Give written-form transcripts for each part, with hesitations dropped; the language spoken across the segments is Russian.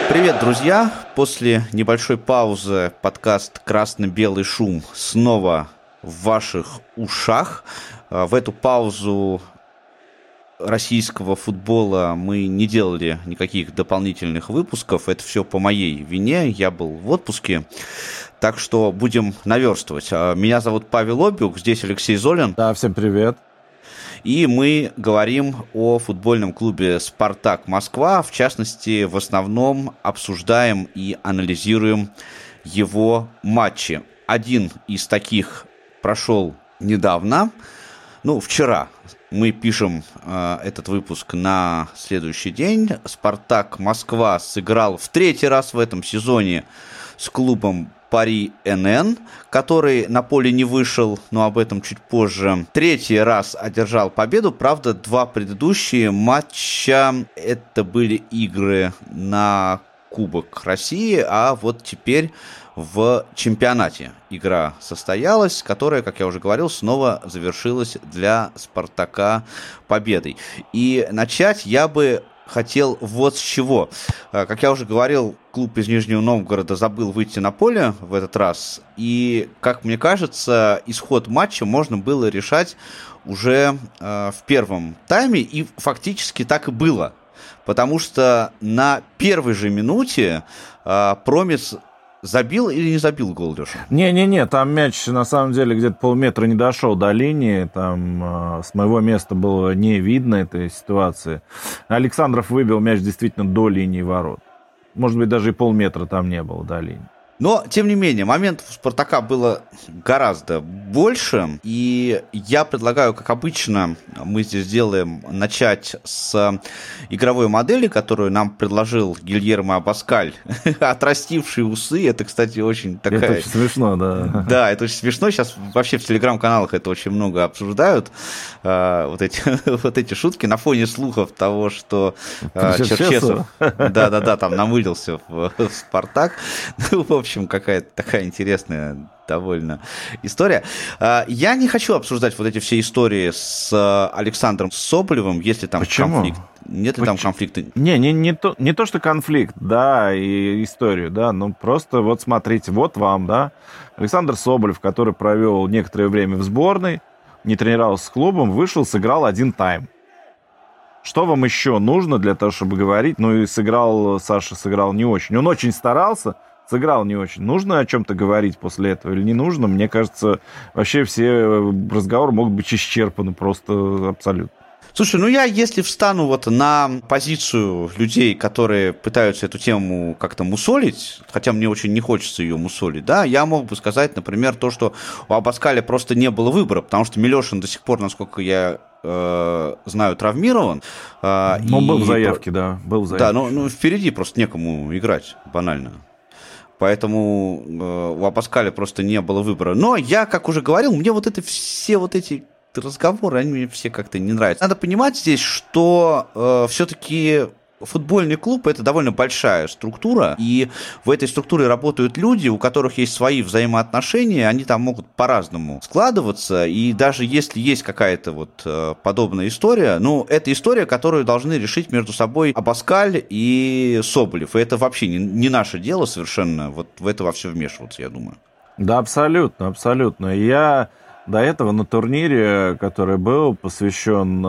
Привет, друзья! После небольшой паузы подкаст «Красно-белый шум» снова в ваших ушах. В эту паузу российского футбола мы не делали никаких дополнительных выпусков. Это все по моей вине. Я был в отпуске. Так что будем наверстывать. Меня зовут Павел Обиук, здесь Алексей Золин. Да, всем привет. И мы говорим о футбольном клубе «Спартак Москва». В частности, в основном обсуждаем и анализируем его матчи. Один из таких прошел недавно, вчера. Мы пишем этот выпуск на следующий день. «Спартак Москва» сыграл в третий раз в этом сезоне с клубом Пари НН, который на поле не вышел, но об этом чуть позже. Третий раз одержал победу, правда, два предыдущие матча это были игры на Кубок России, а вот теперь в чемпионате игра состоялась, которая, как я уже говорил, снова завершилась для «Спартака» победой. И начать я бы хотел вот с чего. Как я уже говорил, клуб из Нижнего Новгорода забыл выйти на поле в этот раз. И, как мне кажется, исход матча можно было решать уже в первом тайме. И фактически так и было. Потому что на первой же минуте Промис забил или не забил гол, Леша? Не-не-не, там мяч на самом деле где-то полметра не дошел до линии, там с моего места было не видно этой ситуации. Александров выбил мяч действительно до линии ворот. Может быть, даже и полметра там не было до линии. Но, тем не менее, моментов у «Спартака» было гораздо больше, и я предлагаю, как обычно, мы здесь делаем, начать с игровой модели, которую нам предложил Гильермо Абаскаль, отрастившие усы. Это, кстати, очень такая... Это очень смешно, да. Да, это очень смешно. Сейчас вообще в телеграм-каналах это очень много обсуждают, вот эти шутки на фоне слухов того, что Черчесов, да, там намылился в «Спартак». В общем, какая-то такая интересная довольно история. Я не хочу обсуждать вот эти все истории с Александром Соболевым, если там конфликт. Нет ли там конфликта? Не то, что конфликт, да, и историю, да, но просто вот смотрите, вот вам, да, Александр Соболев, который провел некоторое время в сборной, не тренировался с клубом, вышел, сыграл один тайм. Что вам еще нужно для того, чтобы говорить? И Саша сыграл не очень. Он очень старался, сыграл не очень. Нужно о чем-то говорить после этого или не нужно? Мне кажется, вообще все разговоры могут быть исчерпаны просто абсолютно. Слушай, я если встану вот на позицию людей, которые пытаются эту тему как-то мусолить, хотя мне очень не хочется ее мусолить, да, я мог бы сказать, например, то, что у Абаскаля просто не было выбора, потому что Милешин до сих пор, насколько я знаю, травмирован. Был в заявке, да, был в заявке. Да, впереди просто некому играть, банально. Поэтому у Абаскаля просто не было выбора. Но я, как уже говорил, мне все эти разговоры, они мне все как-то не нравятся. Надо понимать здесь, что все-таки футбольный клуб – это довольно большая структура, и в этой структуре работают люди, у которых есть свои взаимоотношения, они там могут по-разному складываться, и даже если есть какая-то подобная история, это история, которую должны решить между собой Абаскаль и Соболев, и это вообще не наше дело совершенно в это во все вмешиваться, я думаю. Да, абсолютно, абсолютно. Я до этого на турнире, который был посвящен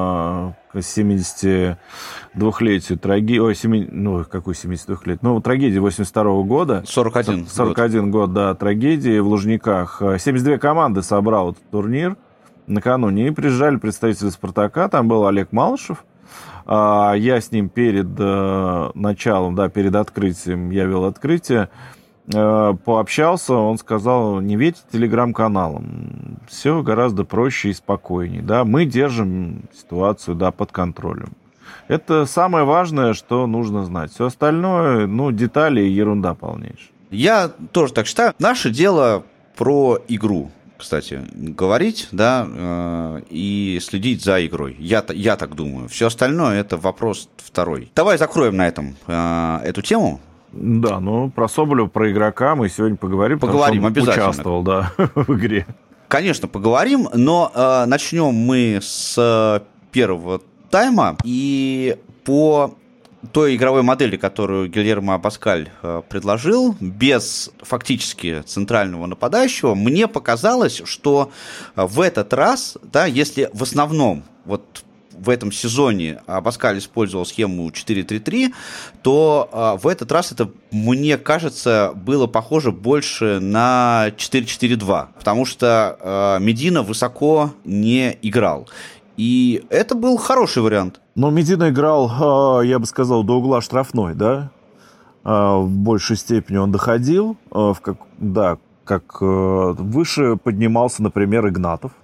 72-летию трагедии... какой 72-летию? Трагедии 82-го года. 41 год, да, трагедии в Лужниках. 72 команды собрал этот турнир накануне. И приезжали представители «Спартака». Там был Олег Малышев. Я с ним перед началом, перед открытием, я вел открытие. Пообщался, он сказал, не верьте телеграм-каналам, все гораздо проще и спокойнее, да, мы держим ситуацию, под контролем. Это самое важное, что нужно знать. Все остальное, детали и ерунда полнейшая. Я тоже так считаю. Наше дело про игру, кстати, говорить, да, и следить за игрой. Я так думаю. Все остальное это вопрос второй. Давай закроем на этом эту тему. Да, про Соболева, про игрока мы сегодня поговорим. Поговорим, обязательно. Участвовал, в игре. Конечно, поговорим, но начнем мы с первого тайма. И по той игровой модели, которую Гильермо Абаскаль предложил, без фактически центрального нападающего, мне показалось, что в этот раз, да, если в основном вот в этом сезоне Абаскаль использовал схему 4-3-3, то в этот раз это, мне кажется, было похоже больше на 4-4-2, потому что Медина высоко не играл. И это был хороший вариант. Но Медина играл, я бы сказал, до угла штрафной, да? В большей степени он доходил, как выше поднимался, например, Игнатов.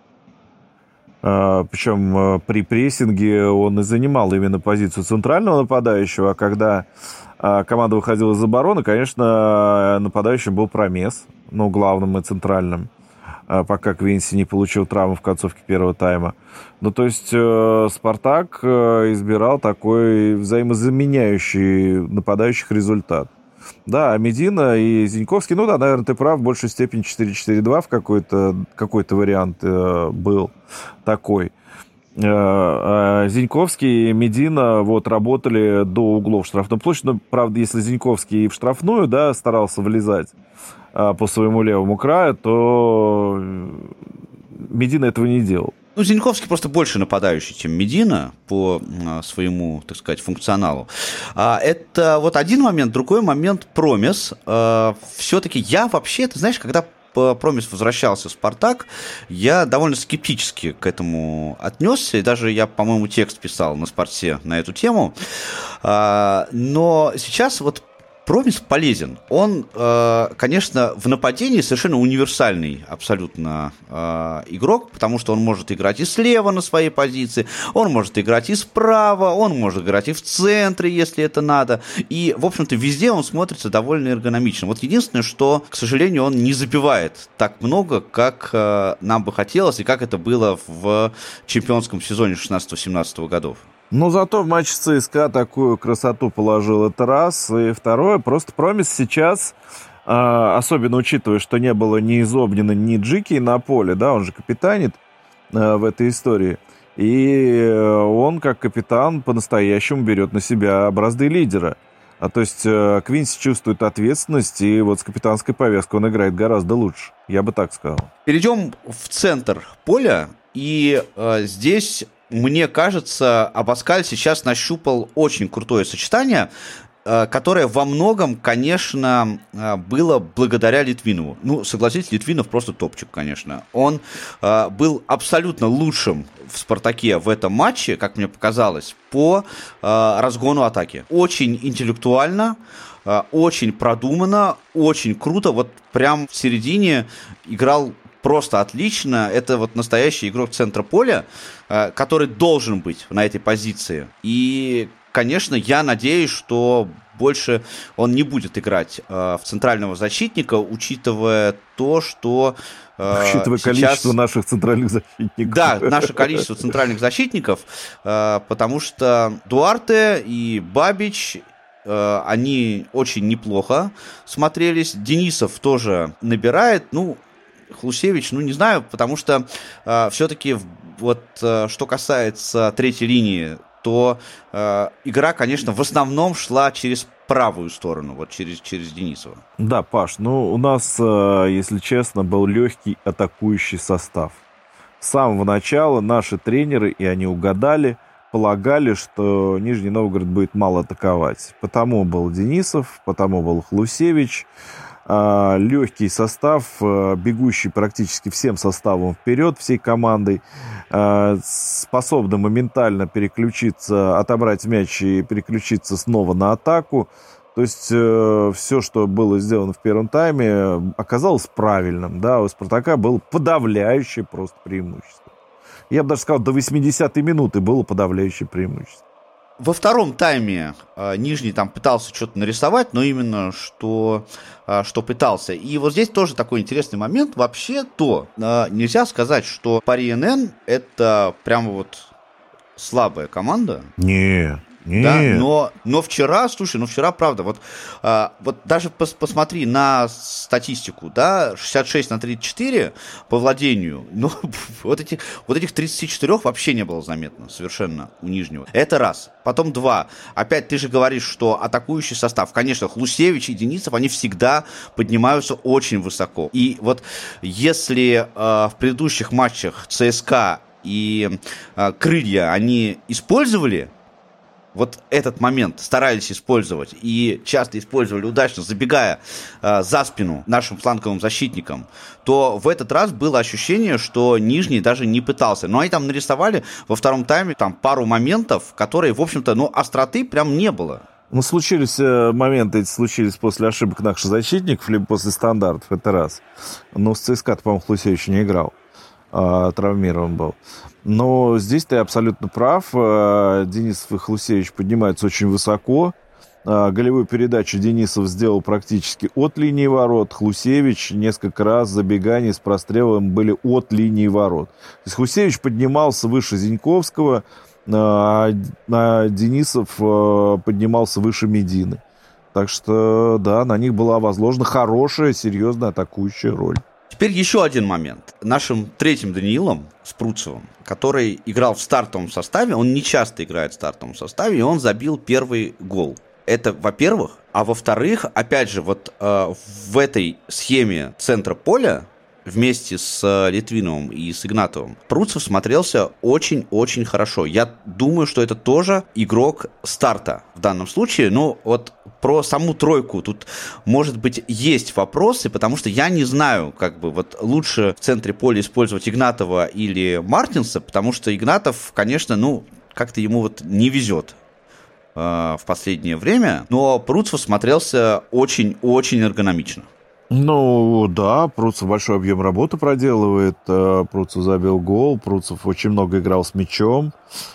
Причем при прессинге он и занимал именно позицию центрального нападающего, а когда команда выходила из обороны, конечно, нападающим был Промес, ну, главным и центральным, пока Квинси не получил травму в концовке первого тайма. Ну, то есть Спартак избирал такой взаимозаменяющий нападающих результат. Да, а Медина и Зиньковский, ну да, наверное, ты прав, в большей степени 4-4-2 в какой-то вариант был такой. Зиньковский и Медина вот работали до углов штрафной площади. Но, правда, если Зиньковский и в штрафную, да, старался влезать по своему левому краю, то Медина этого не делал. Ну, Зиньковский просто больше нападающий, чем Медина по своему, так сказать, функционалу. Это вот один момент. Другой момент — Промес. Все-таки я вообще, ты знаешь, когда Промес возвращался в «Спартак», я довольно скептически к этому отнесся, и даже я, по-моему, текст писал на «Спорте» на эту тему. Но сейчас вот Промес полезен. Он, конечно, в нападении совершенно универсальный абсолютно игрок, потому что он может играть и слева на своей позиции, он может играть и справа, он может играть и в центре, если это надо. И, в общем-то, везде он смотрится довольно эргономично. Вот единственное, что, к сожалению, он не забивает так много, как нам бы хотелось, и как это было в чемпионском сезоне 16-17 годов. Но зато в матче с ЦСКА такую красоту положил, это раз. И второе, просто Промес сейчас, особенно учитывая, что не было ни Зобнина, ни Джики на поле, да, он же капитанит в этой истории. И он, как капитан, по-настоящему берет на себя бразды лидера. То есть Квинси чувствует ответственность, и вот с капитанской повязкой он играет гораздо лучше. Я бы так сказал. Перейдем в центр поля, и здесь... Мне кажется, Абаскаль сейчас нащупал очень крутое сочетание, которое во многом, конечно, было благодаря Литвинову. Ну, согласитесь, Литвинов просто топчик, конечно. Он был абсолютно лучшим в «Спартаке» в этом матче, как мне показалось, по разгону атаки. Очень интеллектуально, очень продуманно, очень круто. Вот прям в середине играл просто отлично. Это вот настоящий игрок центра поля, который должен быть на этой позиции. И, конечно, я надеюсь, что больше он не будет играть в центрального защитника, учитывая то, что учитывая сейчас... количество наших центральных защитников. Да, наше количество центральных защитников, потому что Дуарте и Бабич, они очень неплохо смотрелись. Денисов тоже набирает, Хлусевич, не знаю, потому что все-таки вот что касается третьей линии, то игра, конечно, в основном шла через правую сторону, вот через Денисова. Да, Паш, у нас, если честно, был легкий атакующий состав. С самого начала наши тренеры, и они угадали, полагали, что Нижний Новгород будет мало атаковать. Потому был Денисов, потому был Хлусевич. Легкий состав, бегущий практически всем составом вперед, всей командой, способный моментально переключиться, отобрать мяч и переключиться снова на атаку. То есть все, что было сделано в первом тайме, оказалось правильным. Да? У «Спартака» было подавляющее просто преимущество. Я бы даже сказал, до 80-й минуты было подавляющее преимущество. Во втором тайме Нижний там пытался что-то нарисовать, но именно что пытался. И вот здесь тоже такой интересный момент. Вообще-то нельзя сказать, что Пари НН это прямо вот слабая команда. Не. Да, но вчера, слушай, правда, вот даже посмотри на статистику, да, 66 на 34 по владению, ну, вот этих 34 вообще не было заметно совершенно у Нижнего. Это раз. Потом два. Опять ты же говоришь, что атакующий состав, конечно, Хлусевич и Денисов, они всегда поднимаются очень высоко. И вот если в предыдущих матчах ЦСКА и Крылья они использовали вот этот момент, старались использовать и часто использовали удачно, забегая за спину нашим фланговым защитникам, то в этот раз было ощущение, что Нижний даже не пытался. Но они там нарисовали во втором тайме там пару моментов, которые, в общем-то, остроты прям не было. Случились моменты, эти случились после ошибок наших защитников, либо после стандартов, это раз. Но с ЦСКА, по-моему, Хлусевич не играл, травмирован был. Но здесь ты абсолютно прав. Денисов и Хлусевич поднимаются очень высоко. Голевую передачу Денисов сделал практически от линии ворот. Хлусевич несколько раз забегания с прострелом были от линии ворот. То есть Хлусевич поднимался выше Зиньковского, а Денисов поднимался выше Медины. Так что, да, на них была возложена хорошая, серьезная атакующая роль. Теперь еще один момент. Нашим третьим Даниилом Спруцевым, который играл в стартовом составе, он не часто играет в стартовом составе, и он забил первый гол. Это, во-первых. А во-вторых, опять же, вот в этой схеме центра поля вместе с Литвиновым и с Игнатовым Пруцев смотрелся очень-очень хорошо. Я думаю, что это тоже игрок старта в данном случае. Но вот про саму тройку тут, может быть, есть вопросы, потому что я не знаю, как бы вот лучше в центре поля использовать Игнатова или Мартинса, потому что Игнатов, конечно, как-то ему вот не везет в последнее время, но Пруцев смотрелся очень-очень эргономично. Да, Пруцев большой объем работы проделывает, Пруцев забил гол, Пруцев очень много играл с мячом.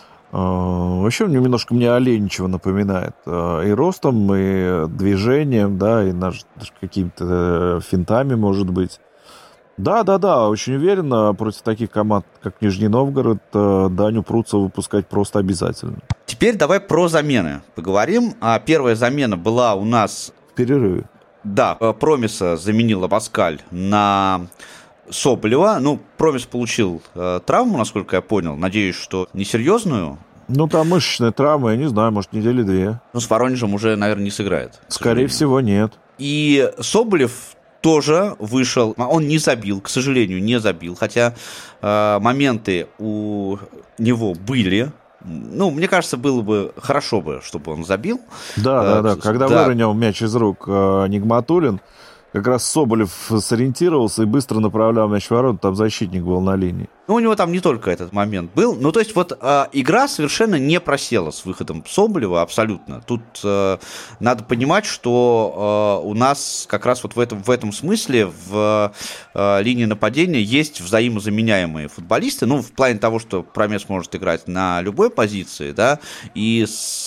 Вообще он немножко мне Оленичева напоминает и ростом, и движением, да, и даже какими-то финтами, может быть. Да, очень уверенно против таких команд, как Нижний Новгород, Даню Пруцева выпускать просто обязательно. Теперь давай про замены поговорим. Первая замена была у нас в перерыве. Да, Промиса заменила Паскаль на Соболева. Промис получил травму, насколько я понял. Надеюсь, что несерьезную. Там мышечная травма, я не знаю, может, недели 2. С Воронежем уже, наверное, не сыграет. Скорее всего, нет. И Соболев тоже вышел. Он не забил, к сожалению, не забил. Хотя моменты у него были. Мне кажется, было бы хорошо чтобы он забил. Да. Когда выронил мяч из рук Нигматуллин, как раз Соболев сориентировался и быстро направлял мяч в ворота, там защитник был на линии. У него там не только этот момент был. То есть вот игра совершенно не просела с выходом Соболева абсолютно. Тут надо понимать, что у нас как раз вот в этом смысле в линии нападения есть взаимозаменяемые футболисты. В плане того, что Промес может играть на любой позиции, да, и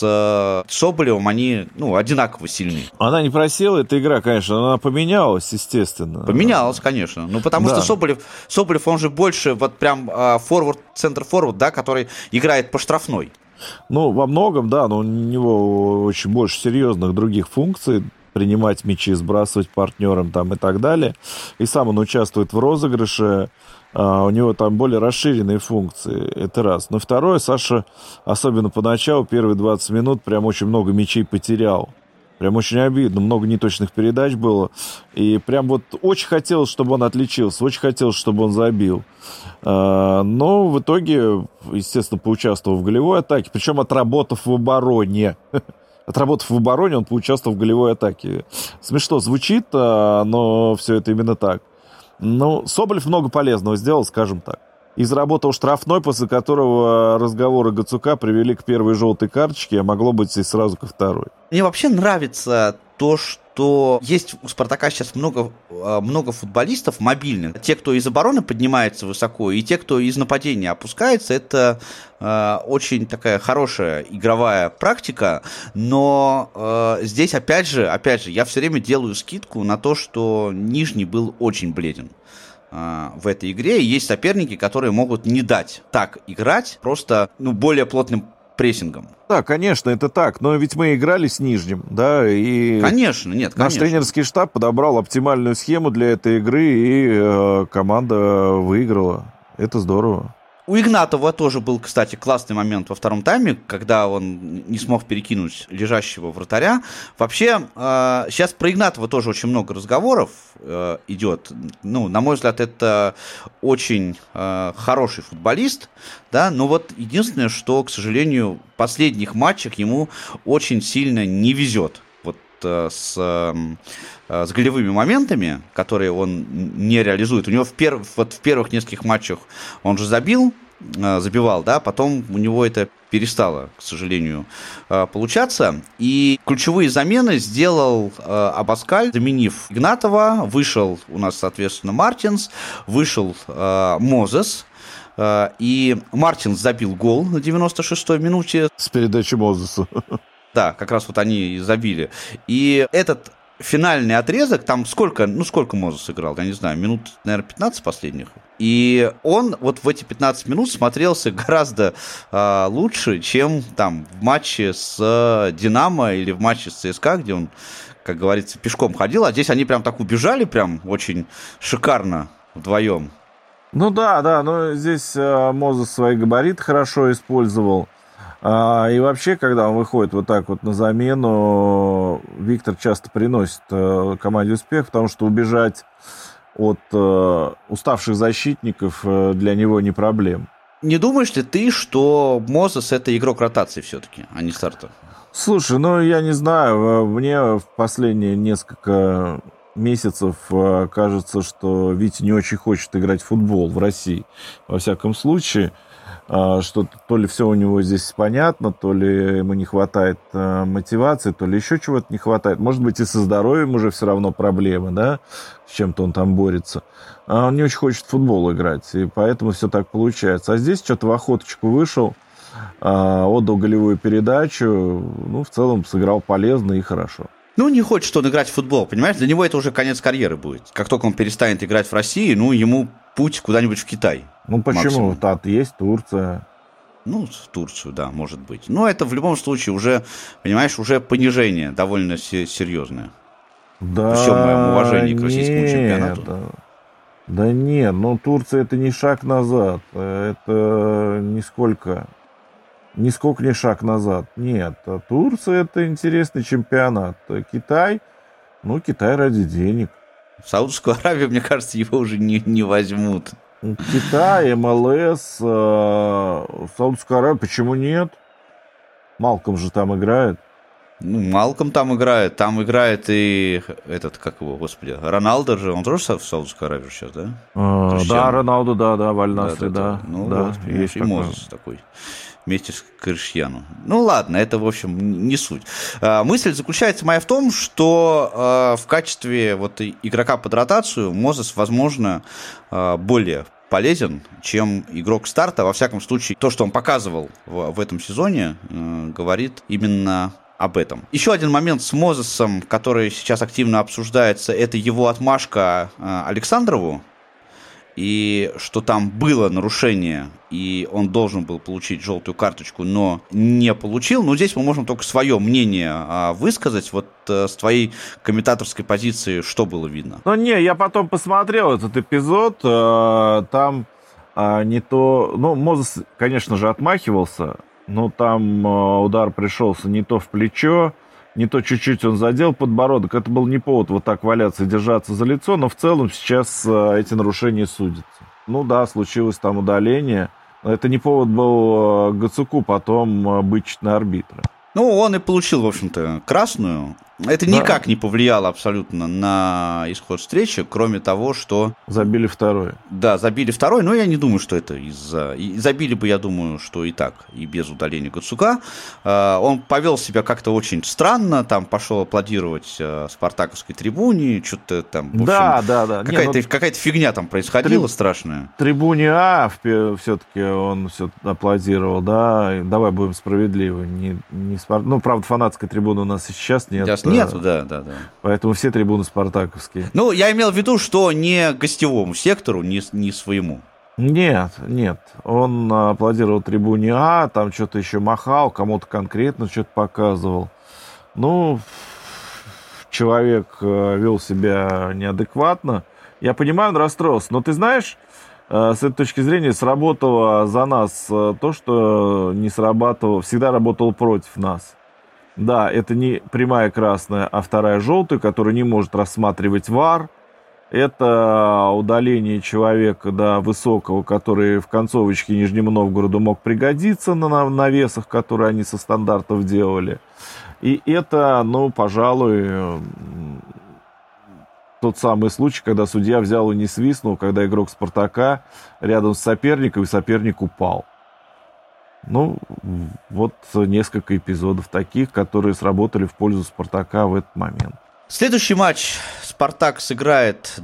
с Соболевым они, одинаково сильны. Она не просела, эта игра, конечно, она поменялась, естественно. Поменялась, конечно. Потому что Соболев, он же больше вот прям форвард, центр-форвард, да, который играет по штрафной. Во многом, да, но у него очень больше серьезных других функций. Принимать мячи, сбрасывать партнерам там и так далее. И сам он участвует в розыгрыше. У него там более расширенные функции. Это раз. Но второе, Саша, особенно поначалу, первые 20 минут, прям очень много мячей потерял. Прям очень обидно, много неточных передач было. И прям вот очень хотелось, чтобы он отличился, очень хотелось, чтобы он забил. Но в итоге, естественно, поучаствовал в голевой атаке, причем отработав в обороне. Отработав в обороне, он поучаствовал в голевой атаке. Смешно звучит, но все это именно так. Соболев много полезного сделал, скажем так. И заработал штрафной, после которого разговоры Гацука привели к первой желтой карточке, а могло быть и сразу ко второй. Мне вообще нравится то, что есть у «Спартака» сейчас много футболистов мобильных. Те, кто из обороны поднимается высоко, и те, кто из нападения опускается, это очень такая хорошая игровая практика. Но здесь, опять же, я все время делаю скидку на то, что Нижний был очень бледен в этой игре. И есть соперники, которые могут не дать так играть, просто более плотным прессингом. Да, конечно, это так, но ведь мы играли с Нижним, да, и... Конечно, нет, конечно. Наш тренерский штаб подобрал оптимальную схему для этой игры, и команда выиграла. Это здорово. У Игнатова тоже был, кстати, классный момент во втором тайме, когда он не смог перекинуть лежащего вратаря. Вообще, сейчас про Игнатова тоже очень много разговоров идет. Ну, на мой взгляд, это очень хороший футболист, да, но вот единственное, что, к сожалению, в последних матчах ему очень сильно не везет. С голевыми моментами, которые он не реализует. У него в первых нескольких матчах он же забивал, да, потом у него это перестало, к сожалению, получаться. И ключевые замены сделал Абаскаль, заменив Игнатова. Вышел у нас, соответственно, Мартинс, вышел Мозес. И Мартинс забил гол на 96-й минуте. С передачи Мозеса. Да, как раз вот они и забили. И этот финальный отрезок, там сколько Мозес играл, я не знаю, минут, наверное, 15 последних. И он вот в эти 15 минут смотрелся гораздо лучше, чем там в матче с «Динамо» или в матче с ЦСКА, где он, как говорится, пешком ходил. А здесь они прям так убежали, прям очень шикарно вдвоем. Ну да, но здесь Мозес свои габариты хорошо использовал. И вообще, когда он выходит вот так вот на замену, Виктор часто приносит команде успех, потому что убежать от уставших защитников для него не проблема. Не думаешь ли ты, что Мозес — это игрок ротации все-таки, а не старта? Слушай, я не знаю, мне в последние несколько месяцев кажется, что Витя не очень хочет играть в футбол в России, во всяком случае. Что то ли все у него здесь понятно, то ли ему не хватает мотивации, то ли еще чего-то не хватает. Может быть, и со здоровьем уже все равно проблемы, да, с чем-то он там борется. Он не очень хочет в футбол играть, и поэтому все так получается. А здесь что-то в охоточку вышел, отдал голевую передачу, в целом сыграл полезно и хорошо. Не хочет он играть в футбол, понимаешь? Для него это уже конец карьеры будет. Как только он перестанет играть в России, ему путь куда-нибудь в Китай. Почему? Есть Турция. В Турцию, да, может быть. Но это в любом случае уже, понимаешь, уже понижение довольно серьезное. Да. При всем моем уважении к российскому чемпионату. Да нет, Турция это не шаг назад. Это нисколько не шаг назад. Нет, Турция это интересный чемпионат. Китай, Китай ради денег. В Саудовскую Аравию, мне кажется, его уже не возьмут. Китай, МЛС, Саудовская Аравия, почему нет? Малком же там играет. Малком там играет и Роналдо же, он тоже в Саудовской Аравии сейчас, да? Да, Роналдо, да, в Аль-Насре, да. Есть и Мозес такой. Вместе с Кришьяну. Ладно, это, в общем, не суть. Мысль заключается моя в том, что в качестве игрока под ротацию Мозес, возможно, более полезен, чем игрок старта. Во всяком случае, то, что он показывал в этом сезоне, говорит именно об этом. Еще один момент с Мозесом, который сейчас активно обсуждается, это его отмашка Александрову. И что там было нарушение, и он должен был получить желтую карточку, но не получил. Здесь мы можем только свое мнение высказать. С твоей комментаторской позиции что было видно? Я потом посмотрел этот эпизод. Там не то... Мозес, конечно же, отмахивался, но там удар пришелся не то в плечо, не то чуть-чуть он задел подбородок. Это был не повод вот так валяться и держаться за лицо, но в целом сейчас эти нарушения судятся. Случилось там удаление. Это не повод был Гацуку потом бычить на арбитра. Он и получил, в общем-то, красную. Это никак не повлияло абсолютно на исход встречи, кроме того, что... Забили второй. Да, забили второй, но я не думаю, что это из-за... Забили бы, я думаю, что и так, и без удаления Гацука. Он повел себя как-то очень странно, там пошел аплодировать спартаковской трибуне, что-то там, в общем... Какая-то фигня там происходила страшная. Трибуне А все-таки он аплодировал, да, давай будем справедливы. Правда, фанатской трибуны у нас и сейчас нет. Нету, да. Поэтому все трибуны спартаковские. Я имел в виду, что не гостевому сектору, не своему. Нет. Он аплодировал трибуне А, там что-то еще махал, кому-то конкретно что-то показывал. Ну, человек вел себя неадекватно. Я понимаю, он расстроился, но ты знаешь, с этой точки зрения сработало за нас то, что не срабатывало, всегда работало против нас. Да, это не прямая красная, а вторая желтая, которая не может рассматривать ВАР. Это удаление человека до высокого, который в концовочке Нижнему Новгороду мог пригодиться на навесах, которые они со стандартов делали. И это, пожалуй, тот самый случай, когда судья взял и не свистнул, когда игрок «Спартака» рядом с соперником, и соперник упал. Вот несколько эпизодов таких, которые сработали в пользу «Спартака» в этот момент. Следующий матч «Спартак» сыграет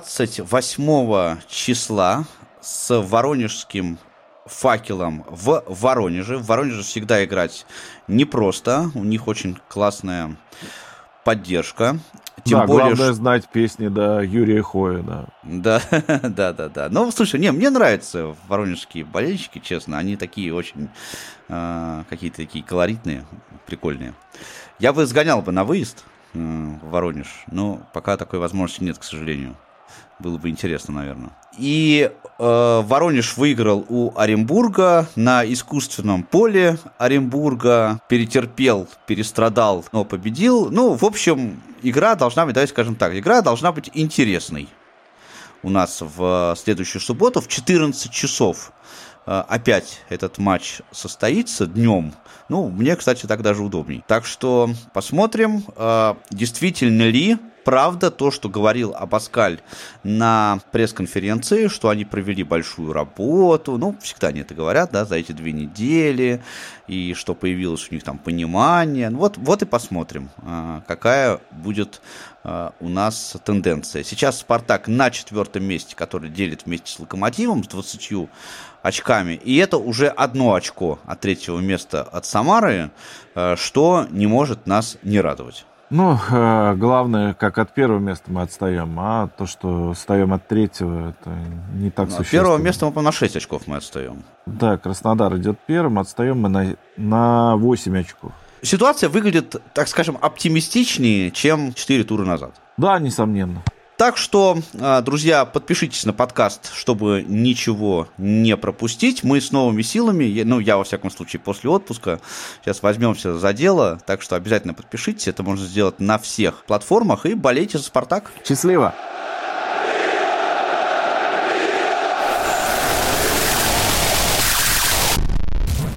28 числа с воронежским «Факелом» в Воронеже. В Воронеже всегда играть непросто, у них очень классная поддержка. Тем более, главное знать песни, Юрия Хоя, Да. Ну, слушай, мне нравятся воронежские болельщики, честно. Они такие очень, какие-то такие колоритные, прикольные. Я бы сгонял бы на выезд в Воронеж, но пока такой возможности нет, к сожалению. Было бы интересно, наверное. И Воронеж выиграл у Оренбурга на искусственном поле Оренбурга. Перетерпел, перестрадал, но победил. В общем, игра должна быть, скажем так, игра должна быть интересной. У нас в следующую субботу в 14 часов опять этот матч состоится днем. Мне, кстати, так даже удобней. Так что посмотрим, действительно ли правда то, что говорил Абаскаль на пресс-конференции, что они провели большую работу. Всегда они это говорят, за эти 2 недели, и что появилось у них там понимание. Вот и посмотрим, какая будет у нас тенденция. Сейчас «Спартак» на 4-м месте, который делит вместе с «Локомотивом» с 20 очками. И это уже 1 очко от 3-го места от «Самары», что не может нас не радовать. Главное, как от 1-го места мы отстаем, а то, что отстаем от 3-го, это не так существенно. От 1-го места мы на 6 очков мы отстаем. Да, Краснодар идет 1-м, отстаем мы на 8 очков. Ситуация выглядит, так скажем, оптимистичнее, чем 4 тура назад. Да, несомненно. Так что, друзья, подпишитесь на подкаст, чтобы ничего не пропустить. Мы с новыми силами, я, во всяком случае, после отпуска сейчас возьмемся за дело, так что обязательно подпишитесь. Это можно сделать на всех платформах и болейте за «Спартак». Счастливо!